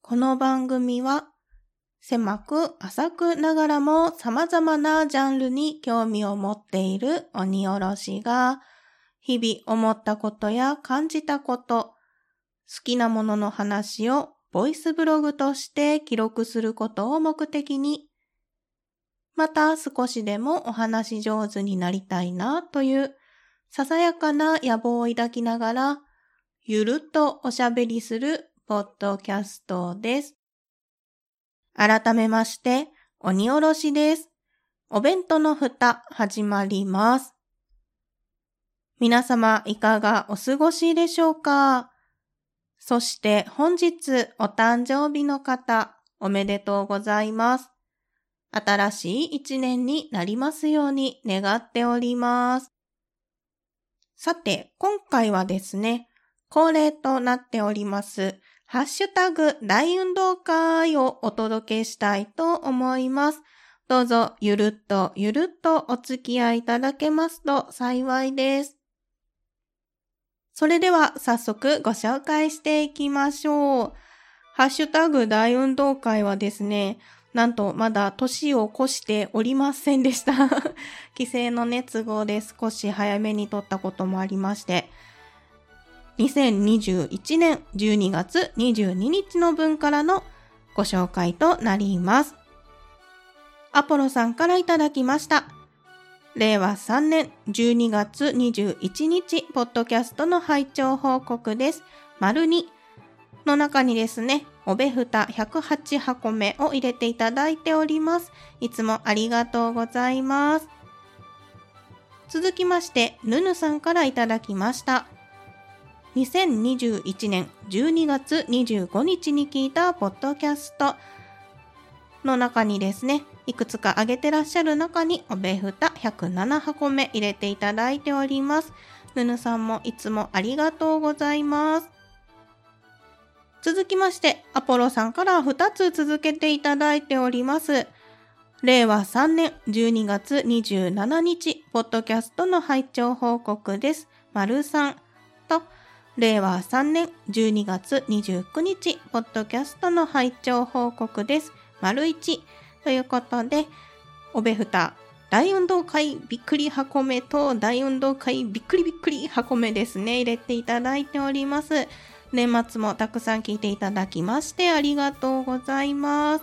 この番組は狭く浅くながらも様々なジャンルに興味を持っている鬼おろしが日々思ったことや感じたこと、好きなものの話をボイスブログとして記録することを目的に、また少しでもお話上手になりたいなというささやかな野望を抱きながらゆるっとおしゃべりするポッドキャストです。改めまして、鬼おろしです。お弁当の蓋始まります。皆様いかがお過ごしでしょうか？そして本日お誕生日の方、おめでとうございます。新しい一年になりますように願っております。さて、今回はですね、恒例となっております、ハッシュタグ大運動会をお届けしたいと思います。どうぞゆるっとお付き合いいただけますと幸いです。それでは早速ご紹介していきましょう。ハッシュタグ大運動会はですね、なんとまだ年を越しておりませんでした。帰省の都合で少し早めに撮ったこともありまして、2021年12月22日の分からのご紹介となります。アポロさんからいただきました。令和3年12月21日、ポッドキャストの拝聴報告です。2の中にですね、おべふた108箱目を入れていただいております。いつもありがとうございます。続きまして、ぬぬさんからいただきました。2021年12月25日に聞いたポッドキャストの中にですね、いくつか挙げてらっしゃる中におべふた107箱目入れていただいております。ぬぬさんもいつもありがとうございます。続きまして、アポロさんから2つ続けていただいております。令和3年12月27日、ポッドキャストの拝聴報告です。3と、令和3年12月29日、ポッドキャストの拝聴報告です。1ということで、おべふた大運動会びっくり箱目と大運動会びっくり箱目ですね、入れていただいております。年末もたくさん聞いていただきましてありがとうございます。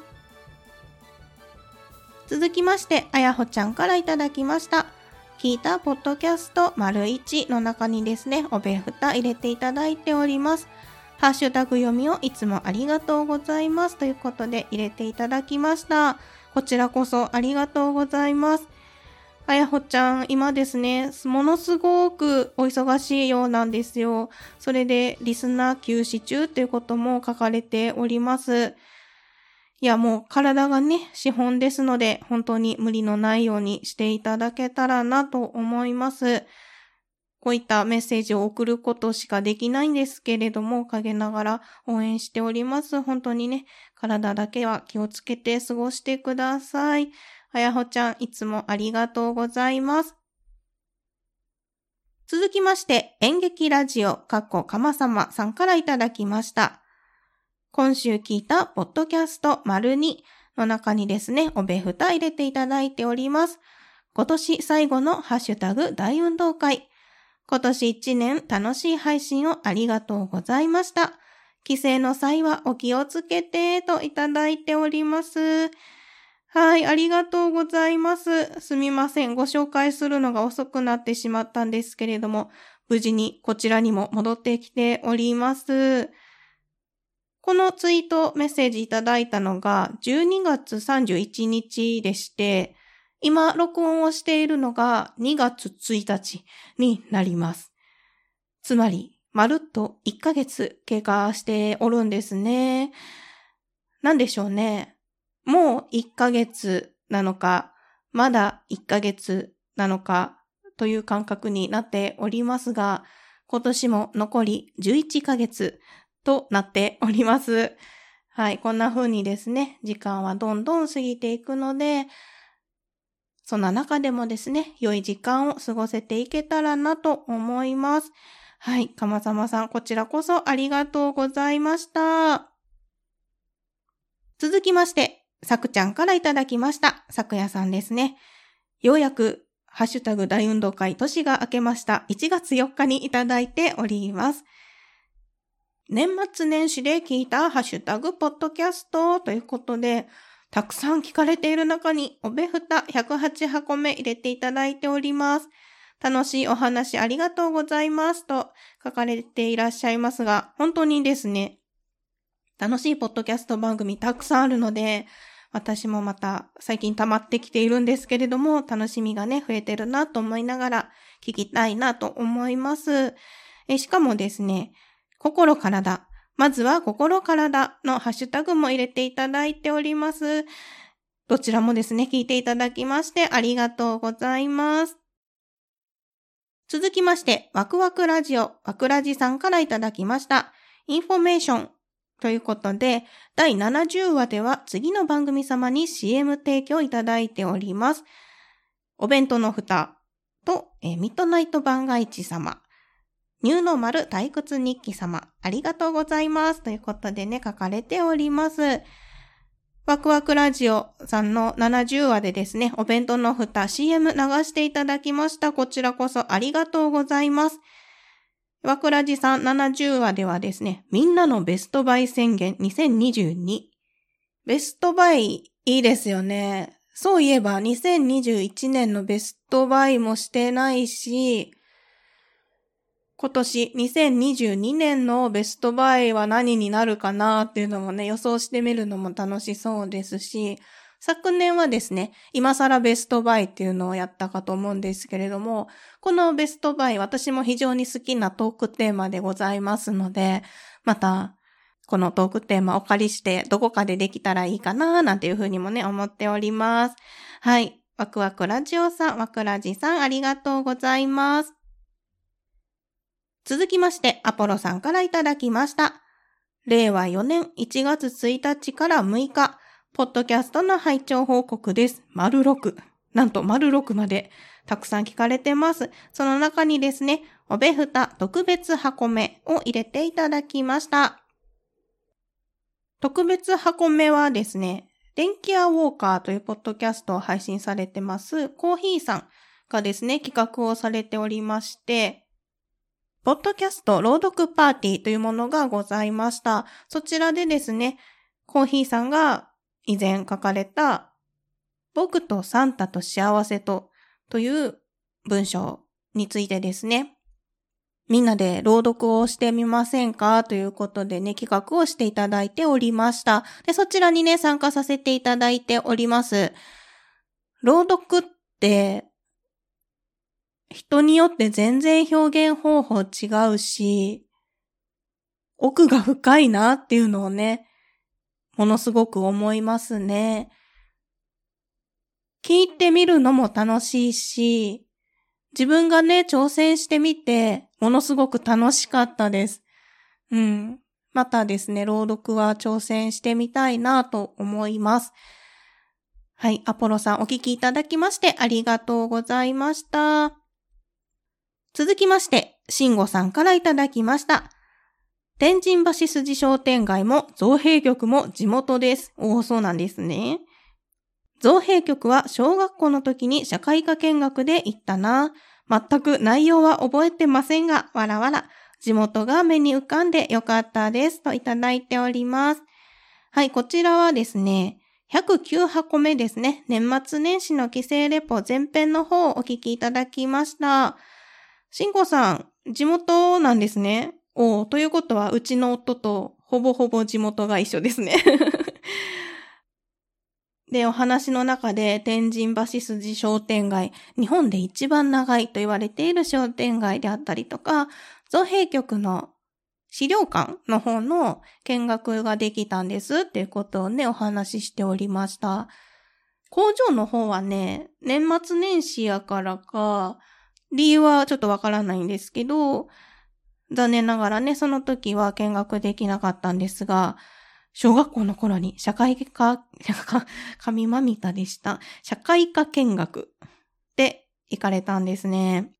続きまして、あやほちゃんからいただきました。聞いたポッドキャスト1の中にですね、おべふた入れていただいております。ハッシュタグ読みをいつもありがとうございますということで入れていただきました。こちらこそありがとうございます。あやほちゃん、今ですね、ものすごくお忙しいようなんですよ。それでリスナー休止中ということも書かれております。いや、もう体がね、資本ですので、本当に無理のないようにしていただけたらなと思います。こういったメッセージを送ることしかできないんですけれども、陰ながら応援しております。本当にね、体だけは気をつけて過ごしてください。あやほちゃん、いつもありがとうございます。続きまして、演劇ラジオ、かまさまさんからいただきました。今週聞いたポッドキャスト2の中にですね、おべふた入れていただいております。今年最後のハッシュタグ大運動会。今年1年楽しい配信をありがとうございました。帰省の際はお気をつけてといただいております。はい、ありがとうございます。すみません。ご紹介するのが遅くなってしまったんですけれども、無事にこちらにも戻ってきております。このツイートメッセージいただいたのが12月31日でして、今録音をしているのが2月1日になります。つまり、まるっと1ヶ月経過しておるんですね。なんでしょうね。もう1ヶ月なのか、まだ1ヶ月なのかという感覚になっておりますが、今年も残り11ヶ月となっております。はい、こんな風にですね、時間はどんどん過ぎていくので、そんな中でもですね、良い時間を過ごせていけたらなと思います。はい、かまさまさん、こちらこそありがとうございました。 続きまして、さくちゃんからいただきました。さくやさんですね。ようやく、ハッシュタグ大運動会年が明けました。1月4日にいただいております。年末年始で聞いたハッシュタグポッドキャストということで、たくさん聞かれている中におべふた108箱目入れていただいております。楽しいお話ありがとうございますと書かれていらっしゃいますが、本当にですね、楽しいポッドキャスト番組たくさんあるので、私もまた最近溜まってきているんですけれども、楽しみがね、増えてるなと思いながら聞きたいなと思います。しかもですね、心体、まずは心体のハッシュタグも入れていただいております。どちらもですね、聞いていただきましてありがとうございます。続きまして、ワクワクラジオ、ワクラジさんからいただきました。インフォメーションということで、第70話では次の番組様に CM 提供いただいております。お弁当の蓋と、ミッドナイト番外地様。ニューノーマル退屈日記様、ありがとうございます。ということでね、書かれております。ワクワクラジオさんの70話でですね、お弁当の蓋 CM 流していただきました。こちらこそありがとうございます。ワクラジさん70話ではですね、みんなのベストバイ宣言2022。ベストバイいいですよね。そういえば2021年のベストバイもしてないし、今年2022年のベストバイは何になるかなっていうのもね、予想してみるのも楽しそうですし、昨年はですね、今更ベストバイっていうのをやったかと思うんですけれども、このベストバイ私も非常に好きなトークテーマでございますので、またこのトークテーマをお借りしてどこかでできたらいいかななんていうふうにもね、思っております。はい。ワクワクラジオさん、ワクラジさんありがとうございます。続きまして、アポロさんからいただきました。令和4年1月1日から6日、ポッドキャストの拝聴報告です。6。なんと6までたくさん聞かれてます。その中にですね、おべふた特別箱目を入れていただきました。特別箱目はですね、電気屋ウォーカーというポッドキャストを配信されてます、コーヒーさんがですね、企画をされておりまして、ポッドキャスト朗読パーティーというものがございました。そちらでですね、コーヒーさんが以前書かれた僕とサンタと幸せという文章についてですね、みんなで朗読をしてみませんかということでね、企画をしていただいておりました。で、そちらにね、参加させていただいております。朗読って人によって全然表現方法違うし、奥が深いなっていうのをね、ものすごく思いますね。聞いてみるのも楽しいし、自分がね、挑戦してみて、ものすごく楽しかったです。またですね、朗読は挑戦してみたいなと思います。はい、アポロさんお聞きいただきましてありがとうございました。続きまして、シンゴさんからいただきました。天神橋筋商店街も造幣局も地元です。そうなんですね。造幣局は小学校の時に社会科見学で行ったな。全く内容は覚えてませんが、わらわら。地元が目に浮かんでよかったです。といただいております。はい、こちらはですね、109箱目ですね。年末年始の帰省レポ前編の方をお聞きいただきました。しんこさん、地元なんですね。ということは、うちの夫とほぼほぼ地元が一緒ですね。で、お話の中で、天神橋筋商店街、日本で一番長いと言われている商店街であったりとか、造幣局の資料館の方の見学ができたんですっていうことをね、お話ししておりました。工場の方はね、年末年始やからか、理由はちょっとわからないんですけど、残念ながらね、その時は見学できなかったんですが、小学校の頃に社会科、神まみたでした。社会科見学で行かれたんですね。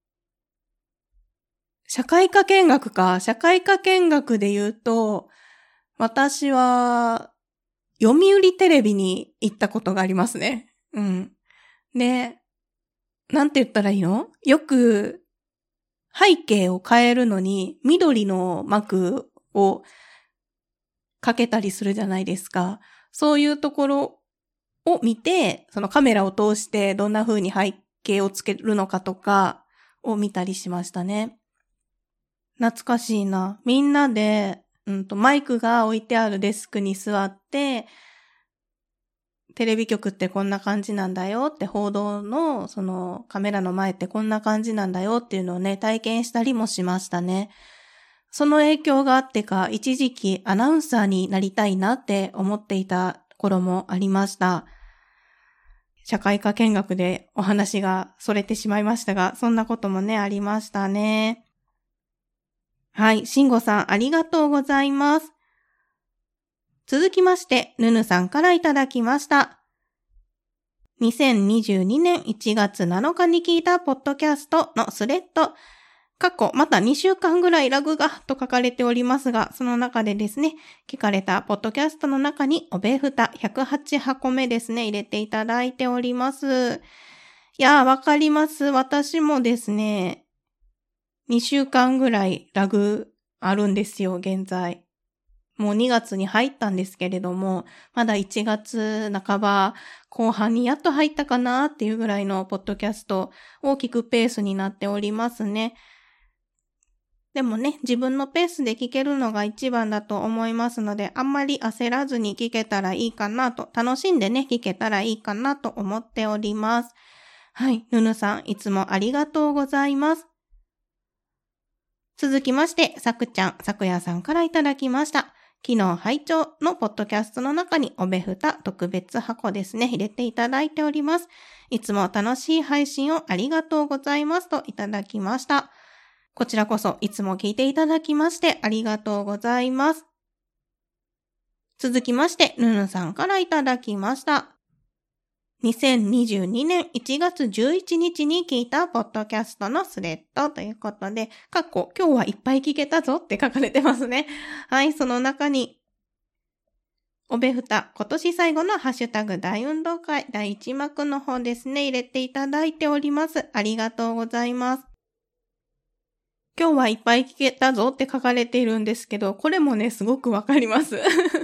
社会科見学か。社会科見学で言うと、私は読売テレビに行ったことがありますね。うん。で、なんて言ったらいいの？よく背景を変えるのに緑の幕をかけたりするじゃないですか。そういうところを見て、そのカメラを通してどんな風に背景をつけるのかとかを見たりしましたね。懐かしいな。みんなで、マイクが置いてあるデスクに座って、テレビ局ってこんな感じなんだよって報道のそのカメラの前ってこんな感じなんだよっていうのをね、体験したりもしましたね。その影響があってか、一時期アナウンサーになりたいなって思っていた頃もありました。社会科見学でお話が逸れてしまいましたが、そんなこともね、ありましたね。はい、しんごさんありがとうございます。続きまして、ぬぬさんからいただきました。2022年1月7日に聞いたポッドキャストのスレッド、過去また2週間ぐらいラグがと書かれておりますが、その中でですね、聞かれたポッドキャストの中におべふた108箱目ですね、入れていただいております。いやー、わかります。私もですね、2週間ぐらいラグあるんですよ、現在。もう2月に入ったんですけれども、まだ1月半ば後半にやっと入ったかなっていうぐらいのポッドキャストを聞くペースになっておりますね。でもね、自分のペースで聞けるのが一番だと思いますので、あんまり焦らずに聞けたらいいかなと、楽しんでね、聞けたらいいかなと思っております。はい、ぬぬさん、いつもありがとうございます。続きまして、さくやさんからいただきました。昨日拝聴のポッドキャストの中におべふた特別箱ですね、入れていただいております。いつも楽しい配信をありがとうございますといただきました。こちらこそいつも聞いていただきましてありがとうございます。続きまして、ぬぬさんからいただきました。2022年1月11日に聞いたポッドキャストのスレッドということで、今日はいっぱい聞けたぞって書かれてますね。はい、その中に、おべふた、今年最後のハッシュタグ大運動会第1幕の方ですね、入れていただいております。ありがとうございます。今日はいっぱい聞けたぞって書かれているんですけど、これもね、すごくわかります。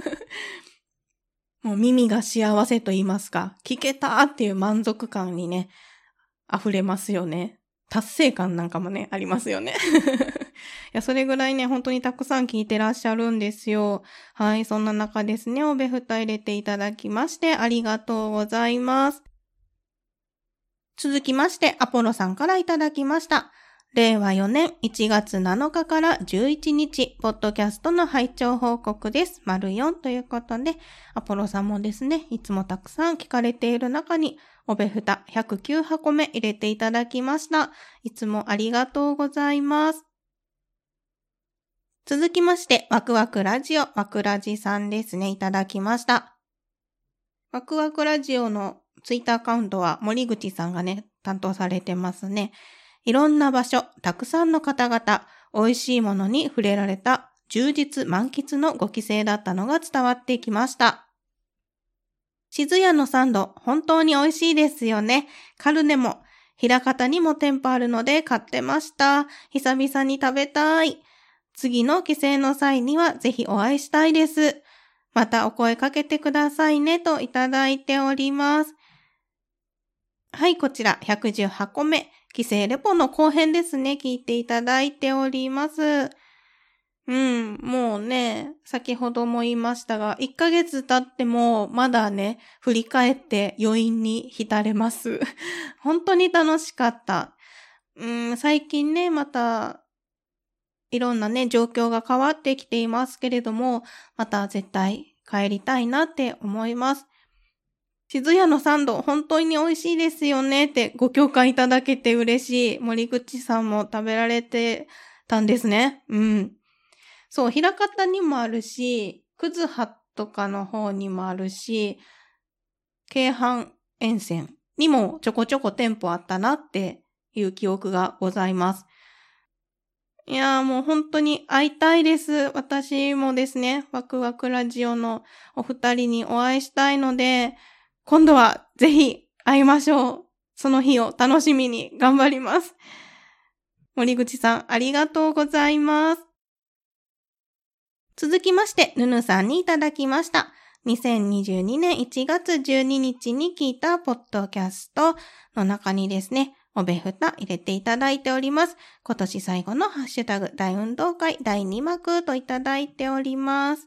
もう耳が幸せと言いますか、聞けたっていう満足感にね、溢れますよね。達成感なんかもね、ありますよね。いや、それぐらいね、本当にたくさん聞いてらっしゃるんですよ。はい、そんな中ですね、おべふた入れていただきまして、ありがとうございます。続きまして、アポロさんからいただきました。令和4年1月7日から11日、ポッドキャストの拝聴報告です。4ということで、アポロさんもですね、いつもたくさん聞かれている中に、おべふた109箱目入れていただきました。いつもありがとうございます。続きまして、ワクワクラジオ、ワクラジさんですね、いただきました。ワクワクラジオのツイッターアカウントは森口さんがね、担当されてますね。いろんな場所、たくさんの方々、美味しいものに触れられた充実満喫のご帰省だったのが伝わってきました。静屋のサンド、本当に美味しいですよね。カルネも、平方にも店舗あるので買ってました。久々に食べたい。次の帰省の際にはぜひお会いしたいです。またお声かけてくださいねといただいております。はい、こちら118個目。帰省レポの後編ですね。聞いていただいております。もうね、先ほども言いましたが、1ヶ月経ってもまだね、振り返って余韻に浸れます。本当に楽しかった。最近ね、また、いろんなね、状況が変わってきていますけれども、また絶対帰りたいなって思います。静屋のサンド、本当に美味しいですよねってご共感いただけて嬉しい。森口さんも食べられてたんですね。そう、平方にもあるし、葛葉とかの方にもあるし、京阪沿線にもちょこちょこ店舗あったなっていう記憶がございます。 いやーもう本当に会いたいです。私もですね、ワクワクラジオのお二人にお会いしたいので、今度はぜひ会いましょう。その日を楽しみに頑張ります。森口さん、ありがとうございます。続きまして、ぬぬさんにいただきました。2022年1月12日に聞いたポッドキャストの中にですね、おべふた入れていただいております。今年最後のハッシュタグ大運動会第2幕といただいております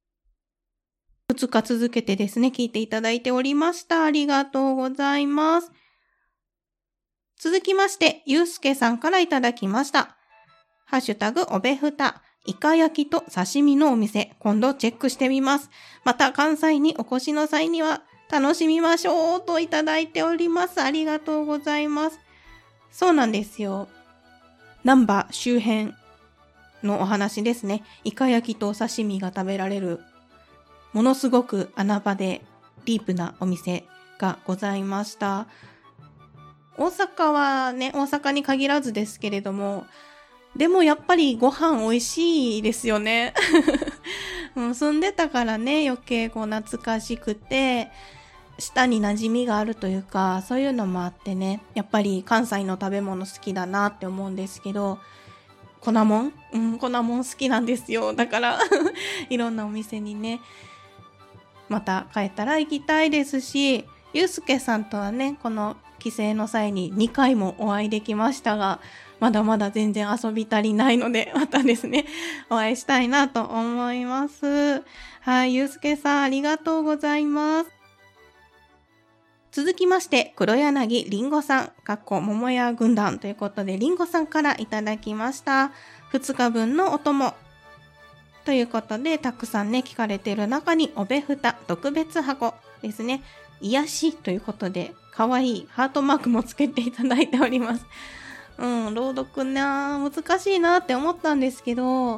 。2日続けてですね、聞いていただいておりました。ありがとうございます。続きまして、ゆうすけさんからいただきました。ハッシュタグおべふた。イカ焼きと刺身のお店、今度チェックしてみます。また関西にお越しの際には楽しみましょうといただいております。ありがとうございます。そうなんですよ。難波周辺のお話ですね。イカ焼きとお刺身が食べられる、ものすごく穴場でディープなお店がございました。大阪はね、大阪に限らずですけれども、でもやっぱりご飯美味しいですよね。もう住んでたからね、余計こう懐かしくて、舌に馴染みがあるというか、そういうのもあってね、やっぱり関西の食べ物好きだなって思うんですけど、粉もん好きなんですよ。だから、いろんなお店にね、また帰ったら行きたいですし、ゆうすけさんとはね、この帰省の際に2回もお会いできましたが、まだまだ全然遊び足りないので、またですね、お会いしたいなと思います。はい、ゆうすけさんありがとうございます。続きまして、黒柳りんごさん、桃屋軍団ということで、りんごさんからいただきました。2日分のお供。ということで、たくさんね、聞かれている中に、おべふた特別箱ですね。癒しということで、かわいいハートマークもつけていただいております。朗読な難しいなって思ったんですけど、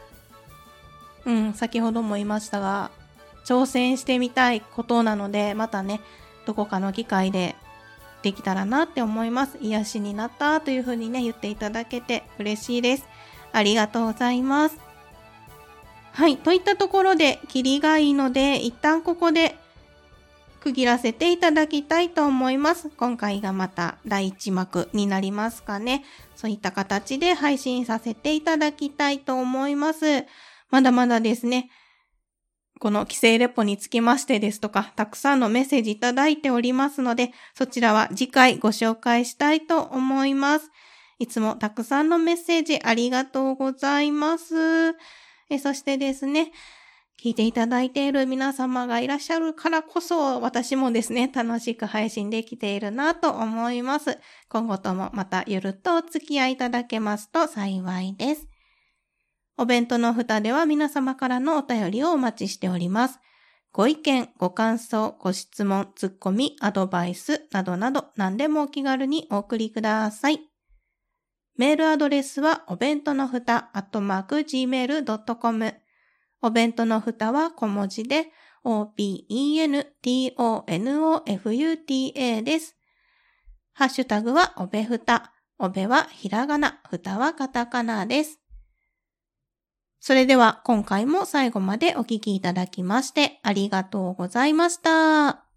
先ほども言いましたが、挑戦してみたいことなので、またね、どこかの機会でできたらなって思います。癒しになったというふうにね、言っていただけて嬉しいです。ありがとうございます。はい、といったところで、キリがいいので、一旦ここで区切らせていただきたいと思います。今回がまた第1幕になりますかね。そういった形で配信させていただきたいと思います。まだまだですね、この帰省レポにつきましてですとか、たくさんのメッセージいただいておりますので、そちらは次回ご紹介したいと思います。いつもたくさんのメッセージありがとうございます。そしてですね、聞いていただいている皆様がいらっしゃるからこそ、私もですね、楽しく配信できているなと思います。今後ともまたゆるっとお付き合いいただけますと幸いです。お弁当の蓋では皆様からのお便りをお待ちしております。ご意見、ご感想、ご質問、ツッコミ、アドバイスなどなど何でもお気軽にお送りください。メールアドレスはお弁当のふた@gmail.com。お弁当のふたは小文字で OBENTONOFUTA です。ハッシュタグはおべふた。おべはひらがな、ふたはカタカナです。それでは今回も最後までお聞きいただきましてありがとうございました。